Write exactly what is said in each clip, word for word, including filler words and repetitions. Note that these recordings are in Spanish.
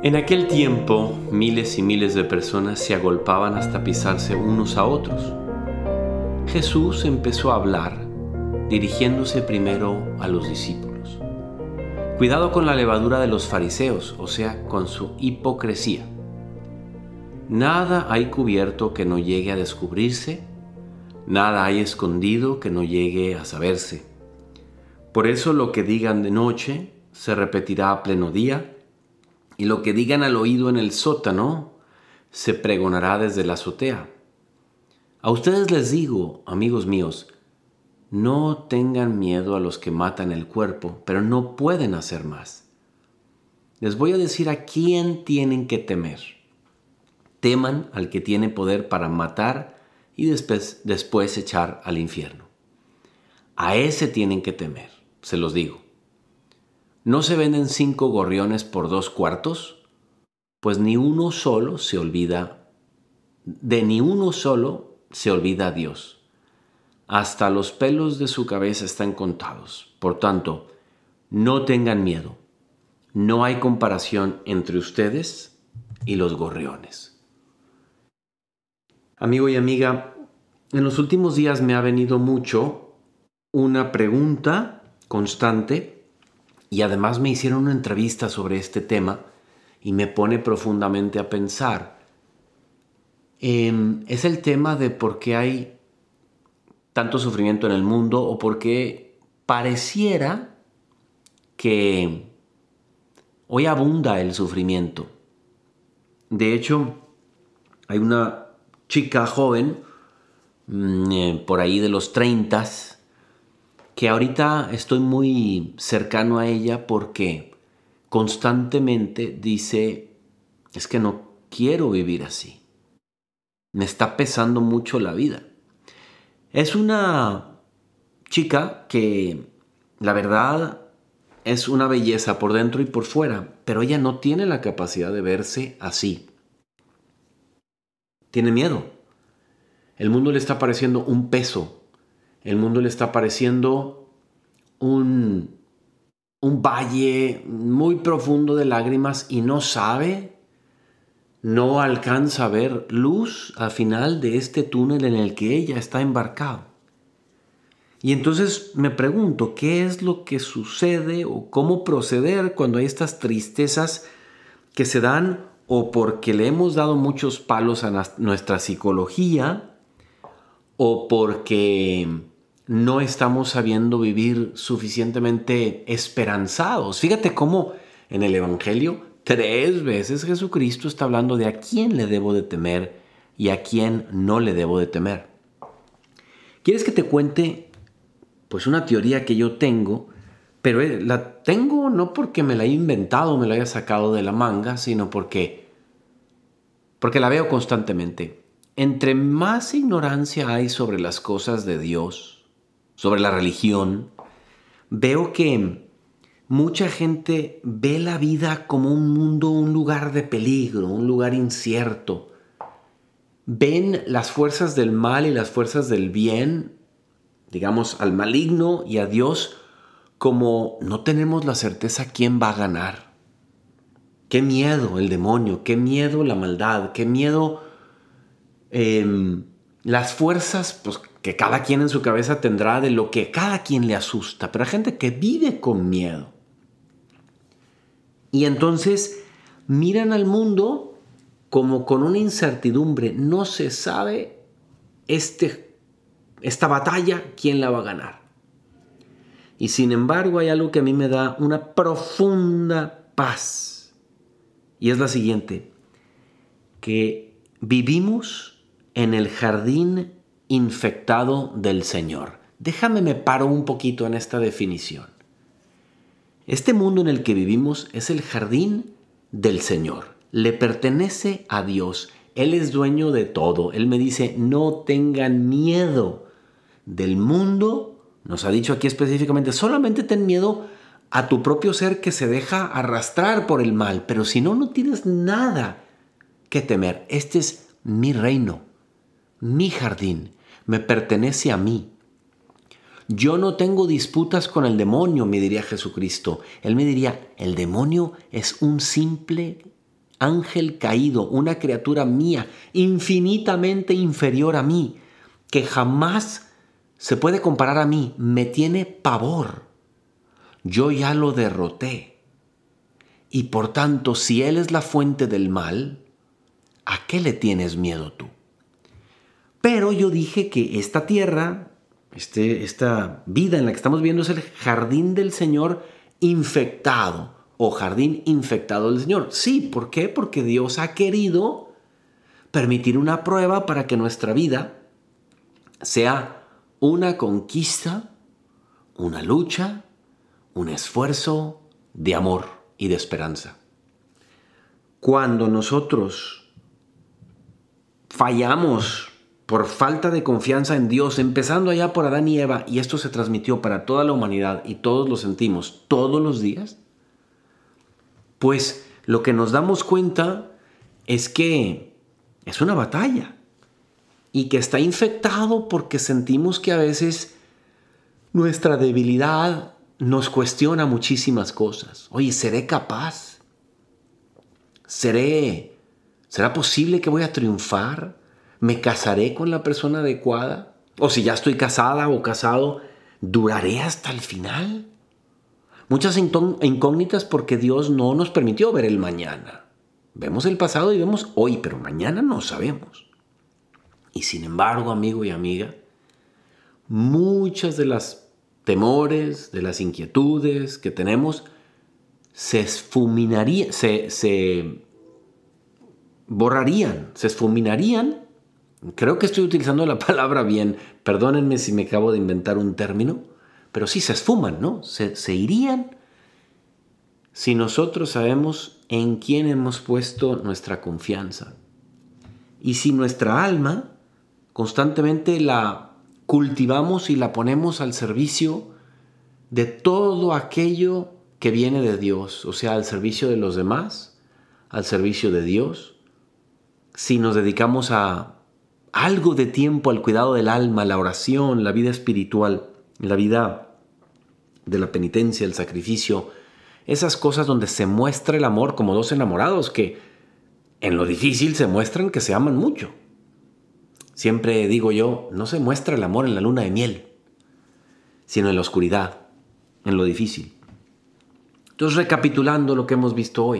En aquel tiempo, miles y miles de personas se agolpaban hasta pisarse unos a otros. Jesús empezó a hablar, dirigiéndose primero a los discípulos. Cuidado con la levadura de los fariseos, o sea, con su hipocresía. Nada hay cubierto que no llegue a descubrirse, nada hay escondido que no llegue a saberse. Por eso lo que digan de noche se repetirá a pleno día, y lo que digan al oído en el sótano se pregonará desde la azotea. A ustedes les digo, amigos míos, no tengan miedo a los que matan el cuerpo, pero no pueden hacer más. Les voy a decir a quién tienen que temer. Teman al que tiene poder para matar y después, después echar al infierno. A ese tienen que temer, se los digo. ¿No se venden cinco gorriones por dos cuartos? Pues ni uno solo se olvida, de ni uno solo se olvida a Dios. Hasta los pelos de su cabeza están contados. Por tanto, no tengan miedo. No hay comparación entre ustedes y los gorriones. Amigo y amiga, en los últimos días me ha venido mucho una pregunta constante. Y además me hicieron una entrevista sobre este tema y me pone profundamente a pensar. Eh, es el tema de por qué hay tanto sufrimiento en el mundo o por qué pareciera que hoy abunda el sufrimiento. De hecho, hay una chica joven, eh, por ahí de los treintas, que ahorita estoy muy cercano a ella porque constantemente dice, es que no quiero vivir así. Me está pesando mucho la vida. Es una chica que, la verdad, es una belleza por dentro y por fuera, pero ella no tiene la capacidad de verse así. Tiene miedo. El mundo le está pareciendo un peso. El mundo le está pareciendo un, un valle muy profundo de lágrimas y no sabe, no alcanza a ver luz al final de este túnel en el que ella está embarcado. Y entonces me pregunto, ¿qué es lo que sucede o cómo proceder cuando hay estas tristezas que se dan o porque le hemos dado muchos palos a nuestra psicología o porque no estamos sabiendo vivir suficientemente esperanzados? Fíjate cómo en el Evangelio tres veces Jesucristo está hablando de a quién le debo de temer y a quién no le debo de temer. ¿Quieres que te cuente pues una teoría que yo tengo? Pero la tengo no porque me la he inventado, me la haya sacado de la manga, sino porque, porque la veo constantemente. Entre más ignorancia hay sobre las cosas de Dios, sobre la religión, veo que mucha gente ve la vida como un mundo, un lugar de peligro, un lugar incierto. Ven las fuerzas del mal y las fuerzas del bien, digamos, al maligno y a Dios, como no tenemos la certeza quién va a ganar. Qué miedo el demonio, qué miedo la maldad, qué miedo Eh, las fuerzas pues, que cada quien en su cabeza tendrá de lo que cada quien le asusta, pero hay gente que vive con miedo. Y entonces miran al mundo como con una incertidumbre. No se sabe este, esta batalla quién la va a ganar. Y sin embargo hay algo que a mí me da una profunda paz. Y es la siguiente, que vivimos en el jardín infectado del Señor. Déjame me paro un poquito en esta definición. Este mundo en el que vivimos es el jardín del Señor. Le pertenece a Dios. Él es dueño de todo. Él me dice, no tengan miedo del mundo. Nos ha dicho aquí específicamente, solamente ten miedo a tu propio ser que se deja arrastrar por el mal. Pero si no, no tienes nada que temer. Este es mi reino. Mi jardín me pertenece a mí. Yo no tengo disputas con el demonio, me diría Jesucristo. Él me diría, el demonio es un simple ángel caído, una criatura mía, infinitamente inferior a mí, que jamás se puede comparar a mí, me tiene pavor. Yo ya lo derroté. Y por tanto, si Él es la fuente del mal, ¿a qué le tienes miedo tú? Pero yo dije que esta tierra, este, esta vida en la que estamos viendo es el jardín del Señor infectado o jardín infectado del Señor. Sí, ¿por qué? Porque Dios ha querido permitir una prueba para que nuestra vida sea una conquista, una lucha, un esfuerzo de amor y de esperanza. Cuando nosotros fallamos por falta de confianza en Dios, empezando allá por Adán y Eva, y esto se transmitió para toda la humanidad y todos lo sentimos todos los días, pues lo que nos damos cuenta es que es una batalla y que está infectado porque sentimos que a veces nuestra debilidad nos cuestiona muchísimas cosas. Oye, ¿seré capaz? ¿Seré, ¿Será posible que voy a triunfar? ¿Me casaré con la persona adecuada? O si ya estoy casada o casado, ¿duraré hasta el final? Muchas incógnitas porque Dios no nos permitió ver el mañana. Vemos el pasado y vemos hoy, pero mañana no sabemos. Y sin embargo, amigo y amiga, muchas de las temores, de las inquietudes que tenemos se esfuminarían, se, se borrarían, se esfuminarían. Creo que estoy utilizando la palabra bien, perdónenme si me acabo de inventar un término, pero sí se esfuman, ¿no? Se, se irían si nosotros sabemos en quién hemos puesto nuestra confianza. Y si nuestra alma constantemente la cultivamos y la ponemos al servicio de todo aquello que viene de Dios, o sea, al servicio de los demás, al servicio de Dios, si nos dedicamos a algo de tiempo al cuidado del alma, la oración, la vida espiritual, la vida de la penitencia, el sacrificio, esas cosas donde se muestra el amor como dos enamorados que en lo difícil se muestran que se aman mucho. Siempre digo yo, no se muestra el amor en la luna de miel, sino en la oscuridad, en lo difícil. Entonces, recapitulando lo que hemos visto hoy,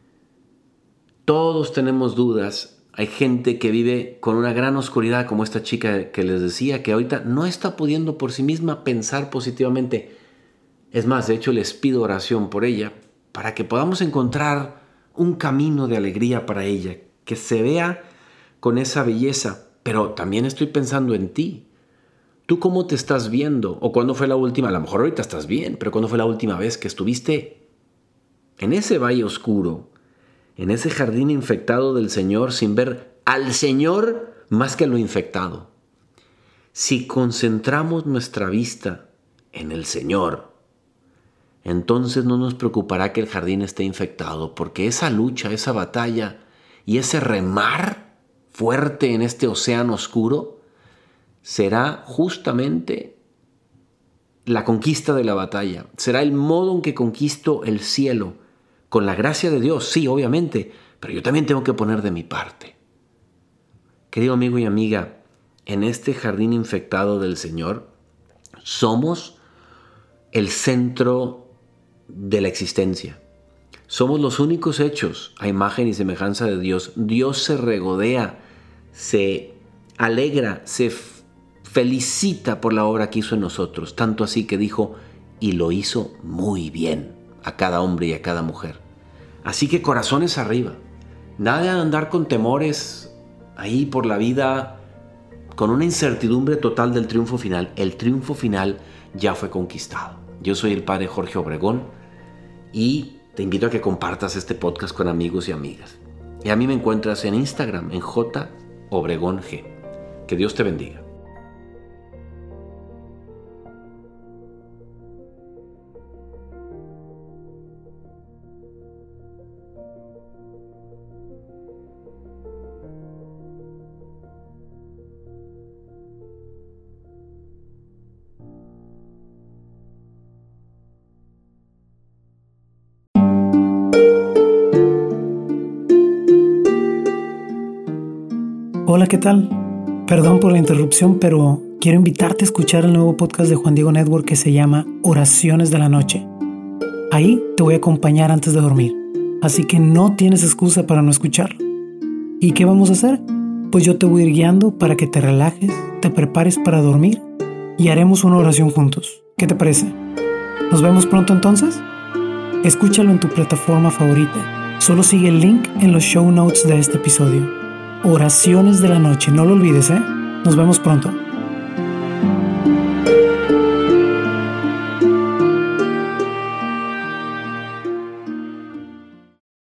todos tenemos dudas. Hay gente que vive con una gran oscuridad, como esta chica que les decía, que ahorita no está pudiendo por sí misma pensar positivamente. Es más, de hecho, les pido oración por ella, para que podamos encontrar un camino de alegría para ella, que se vea con esa belleza. Pero también estoy pensando en ti. ¿Tú cómo te estás viendo? ¿O cuándo fue la última? A lo mejor ahorita estás bien, pero ¿cuándo fue la última vez que estuviste en ese valle oscuro, en ese jardín infectado del Señor, sin ver al Señor más que lo infectado? Si concentramos nuestra vista en el Señor, entonces no nos preocupará que el jardín esté infectado, porque esa lucha, esa batalla y ese remar fuerte en este océano oscuro será justamente la conquista de la batalla. Será el modo en que conquisto el cielo. Con la gracia de Dios, sí, obviamente, pero yo también tengo que poner de mi parte. Querido amigo y amiga, en este jardín infectado del Señor, somos el centro de la existencia. Somos los únicos hechos a imagen y semejanza de Dios. Dios se regodea, se alegra, se felicita por la obra que hizo en nosotros. Tanto así que dijo, y lo hizo muy bien a cada hombre y a cada mujer. Así que corazones arriba. Nada de andar con temores ahí por la vida, con una incertidumbre total del triunfo final. El triunfo final ya fue conquistado. Yo soy el padre Jorge Obregón y te invito a que compartas este podcast con amigos y amigas. Y a mí me encuentras en Instagram en J Obregón G. Que Dios te bendiga. Hola, ¿qué tal? Perdón por la interrupción, pero quiero invitarte a escuchar el nuevo podcast de Juan Diego Network que se llama Oraciones de la Noche. Ahí te voy a acompañar antes de dormir, así que no tienes excusa para no escucharlo. ¿Y qué vamos a hacer? Pues yo te voy a ir guiando para que te relajes, te prepares para dormir y haremos una oración juntos. ¿Qué te parece? ¿Nos vemos pronto entonces? Escúchalo en tu plataforma favorita. Solo sigue el link en los show notes de este episodio. Oraciones de la Noche, no lo olvides, ¿eh? Nos vemos pronto.